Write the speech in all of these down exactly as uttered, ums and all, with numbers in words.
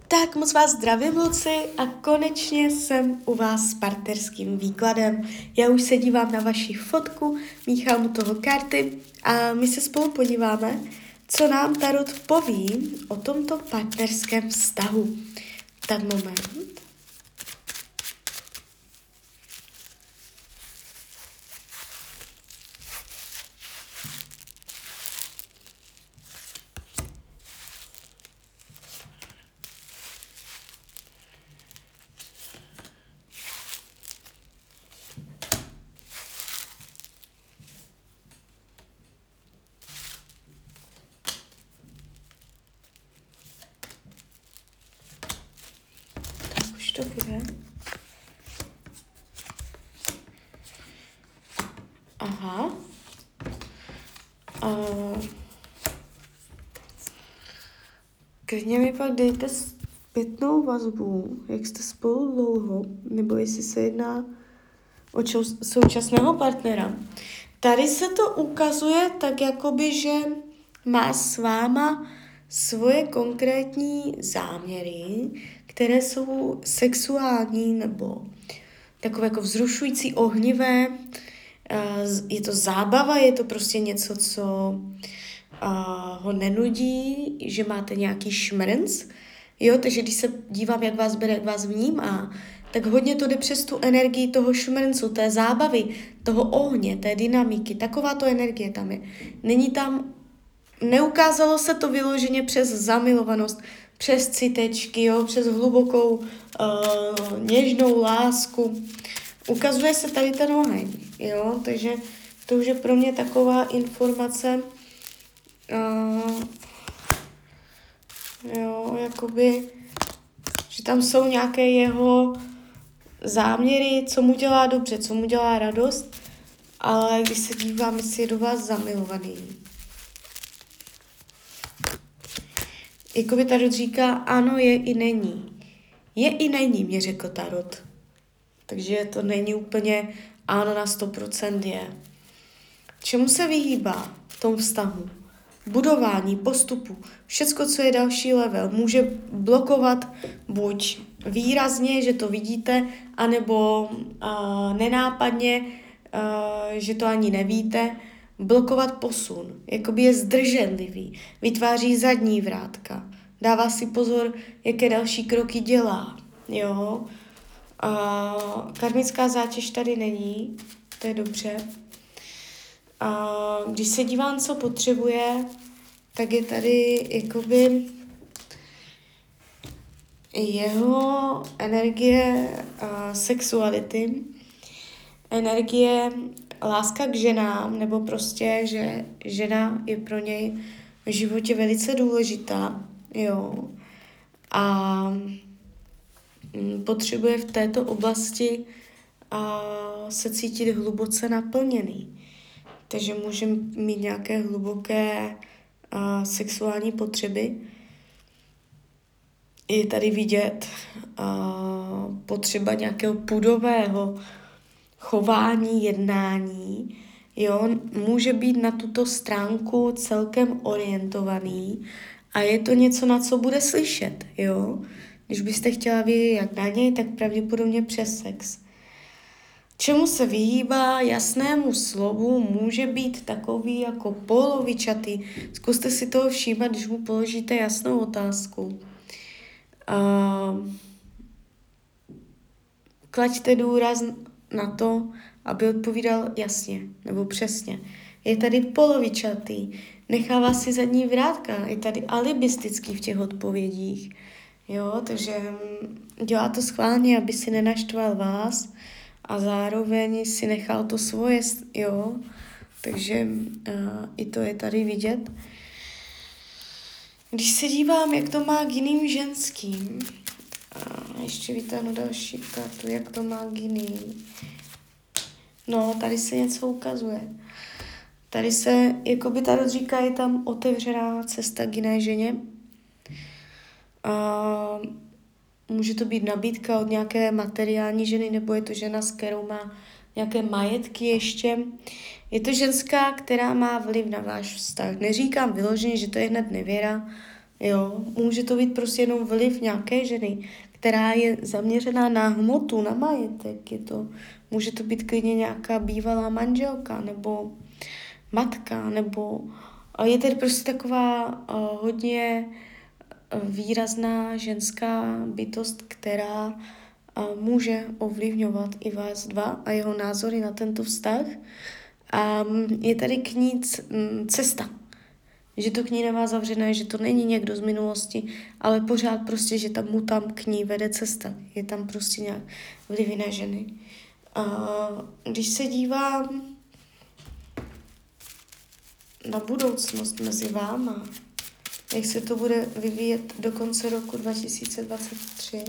Tak moc vás zdravím, kluci, a konečně jsem u vás s partnerským výkladem. Já už se dívám na vaši fotku, míchám u toho karty a my se spolu podíváme, co nám Tarot poví o tomto partnerském vztahu. Tak moment. Tak už to bude. Aha. Uh, klidně mi pak dejte zpětnou vazbu, jak jste spolu dlouho, nebo jestli se jedná o čou- současného partnera. Tady se to ukazuje tak, jakoby, že má s váma svoje konkrétní záměry, které jsou sexuální nebo takové jako vzrušující, ohnivé. Je to zábava, je to prostě něco, co ho nenudí, že máte nějaký šmrnc. Jo, takže když se dívám, jak vás bere, jak vás vnímá, tak hodně to jde přes tu energii toho šmrncu, té zábavy, toho ohně, té dynamiky. Taková to energie tam je. Není tam, neukázalo se to vyloženě přes zamilovanost, přes citečky, jo, přes hlubokou uh, něžnou lásku. Ukazuje se tady ten oheň, jo, takže to už je pro mě taková informace, uh, jo, jakoby, že tam jsou nějaké jeho záměry, co mu dělá dobře, co mu dělá radost, ale když se dívám, jestli je do vás zamilovaný. Jakoby Tarot říká, ano, je i není. Je i není, mě řekl Tarot. Takže to není úplně ano na sto procent je. Čemu se vyhýbá v tom vztahu? Budování, postupu, všecko, co je další level, může blokovat buď výrazně, že to vidíte, anebo uh, nenápadně, uh, že to ani nevíte, blokovat posun, jakoby je zdrženlivý, vytváří zadní vrátka, dává si pozor, jaké další kroky dělá, jo. Uh, karmická zátěž tady není, to je dobře. Uh, když se dívám, co potřebuje, tak je tady jakoby jeho energie uh, sexuality, energie láska k ženám, nebo prostě, že žena je pro něj v životě velice důležitá, jo. A mm, potřebuje v této oblasti uh, se cítit hluboce naplněný. Takže může mít nějaké hluboké uh, sexuální potřeby. Je tady vidět uh, potřeba nějakého pudového chování, jednání. Jo? Může být na tuto stránku celkem orientovaný a je to něco, na co bude slyšet. Jo? Když byste chtěla vědět, jak na něj, tak pravděpodobně přes sex. Čemu se vyhýbá jasnému slovu, může být takový jako polovičatý. Zkuste si toho všímat, když mu položíte jasnou otázku. Uh, klaďte důraz na to, aby odpovídal jasně nebo přesně. Je tady polovičatý, nechává si zadní vrátka, je tady alibistický v těch odpovědích. Jo, takže dělá to schválně, aby si nenaštval vás, a zároveň si nechal to svoje, jo, takže uh, i to je tady vidět. Když se dívám, jak to má k jiným ženským, uh, ještě vytáhnu další kartu, jak to má k jiným. No, tady se něco ukazuje. Tady se, jakoby Tarot říká, je tam otevřená cesta k jiné ženě. Uh, Může to být nabídka od nějaké materiální ženy, nebo je to žena, s kterou má nějaké majetky ještě. Je to ženská, která má vliv na váš vztah. Neříkám vyloženě, že to je hned nevěra, Jo, může to být prostě jenom vliv nějaké ženy, která je zaměřená na hmotu, na majetek. Je to, může to být klidně nějaká bývalá manželka nebo matka, nebo a je tady prostě taková uh, hodně uh, výrazná ženská bytost, která uh, může ovlivňovat i vás dva a jeho názory na tento vztah. A um, je tady k ní c- um, cesta. Že to k ní nemá zavřené, že to není někdo z minulosti, ale pořád prostě, že tam mu tam k ní vede cesta. Je tam prostě nějak vliv jiné ženy. Uh, když se dívám na budoucnost mezi váma, jak se to bude vyvíjet do konce roku dva tisíce dvacet tři.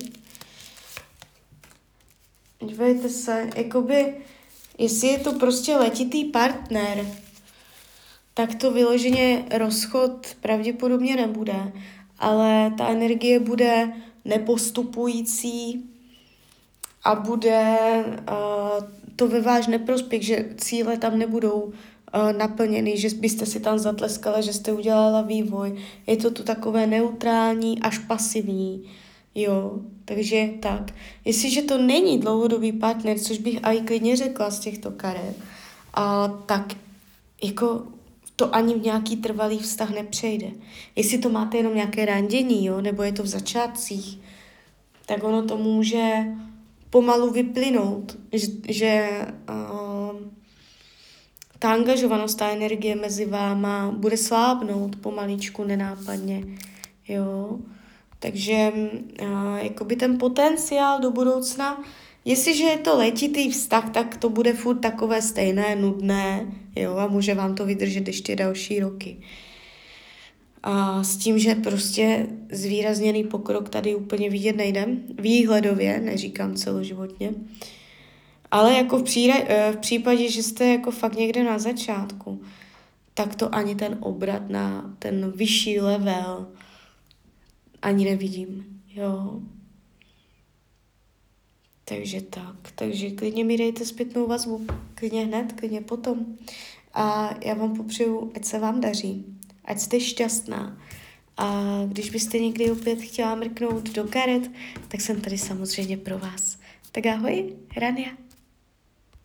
Dívejte se, jakoby, jestli je to prostě letitý partner, tak to vyloženě rozchod pravděpodobně nebude, ale ta energie bude nepostupující a bude uh, to ve váš neprospěch, že cíle tam nebudou uh, naplněny, že byste si tam zatleskala, že jste udělala vývoj. Je to tu takové neutrální až pasivní. Jo, takže tak. Jestliže to není dlouhodobý partner, což bych aj klidně řekla z těchto karet, uh, tak jako to ani v nějaký trvalý vztah nepřejde. Jestli to máte jenom nějaké randění, jo, nebo je to v začátcích, tak ono to může pomalu vyplynout, že, že uh, ta angažovanost, ta energie mezi váma bude slábnout pomaličku, nenápadně, jo. Takže uh, jakoby ten potenciál do budoucna, jestliže je to letitý vztah, tak to bude furt takové stejné, nudné, jo, a může vám to vydržet ještě další roky. A s tím, že prostě zvýrazněný pokrok tady úplně vidět nejde, výhledově, neříkám celoživotně, ale jako v, příra- v případě, že jste jako fakt někde na začátku, tak to ani ten obrat na ten vyšší level ani nevidím, jo. Takže tak, takže klidně mi dejte zpětnou vazbu, klidně hned, klidně potom. A já vám popřeju, ať se vám daří, ať jste šťastná. A když byste někdy opět chtěla mrknout do karet, tak jsem tady samozřejmě pro vás. Tak ahoj, Rania.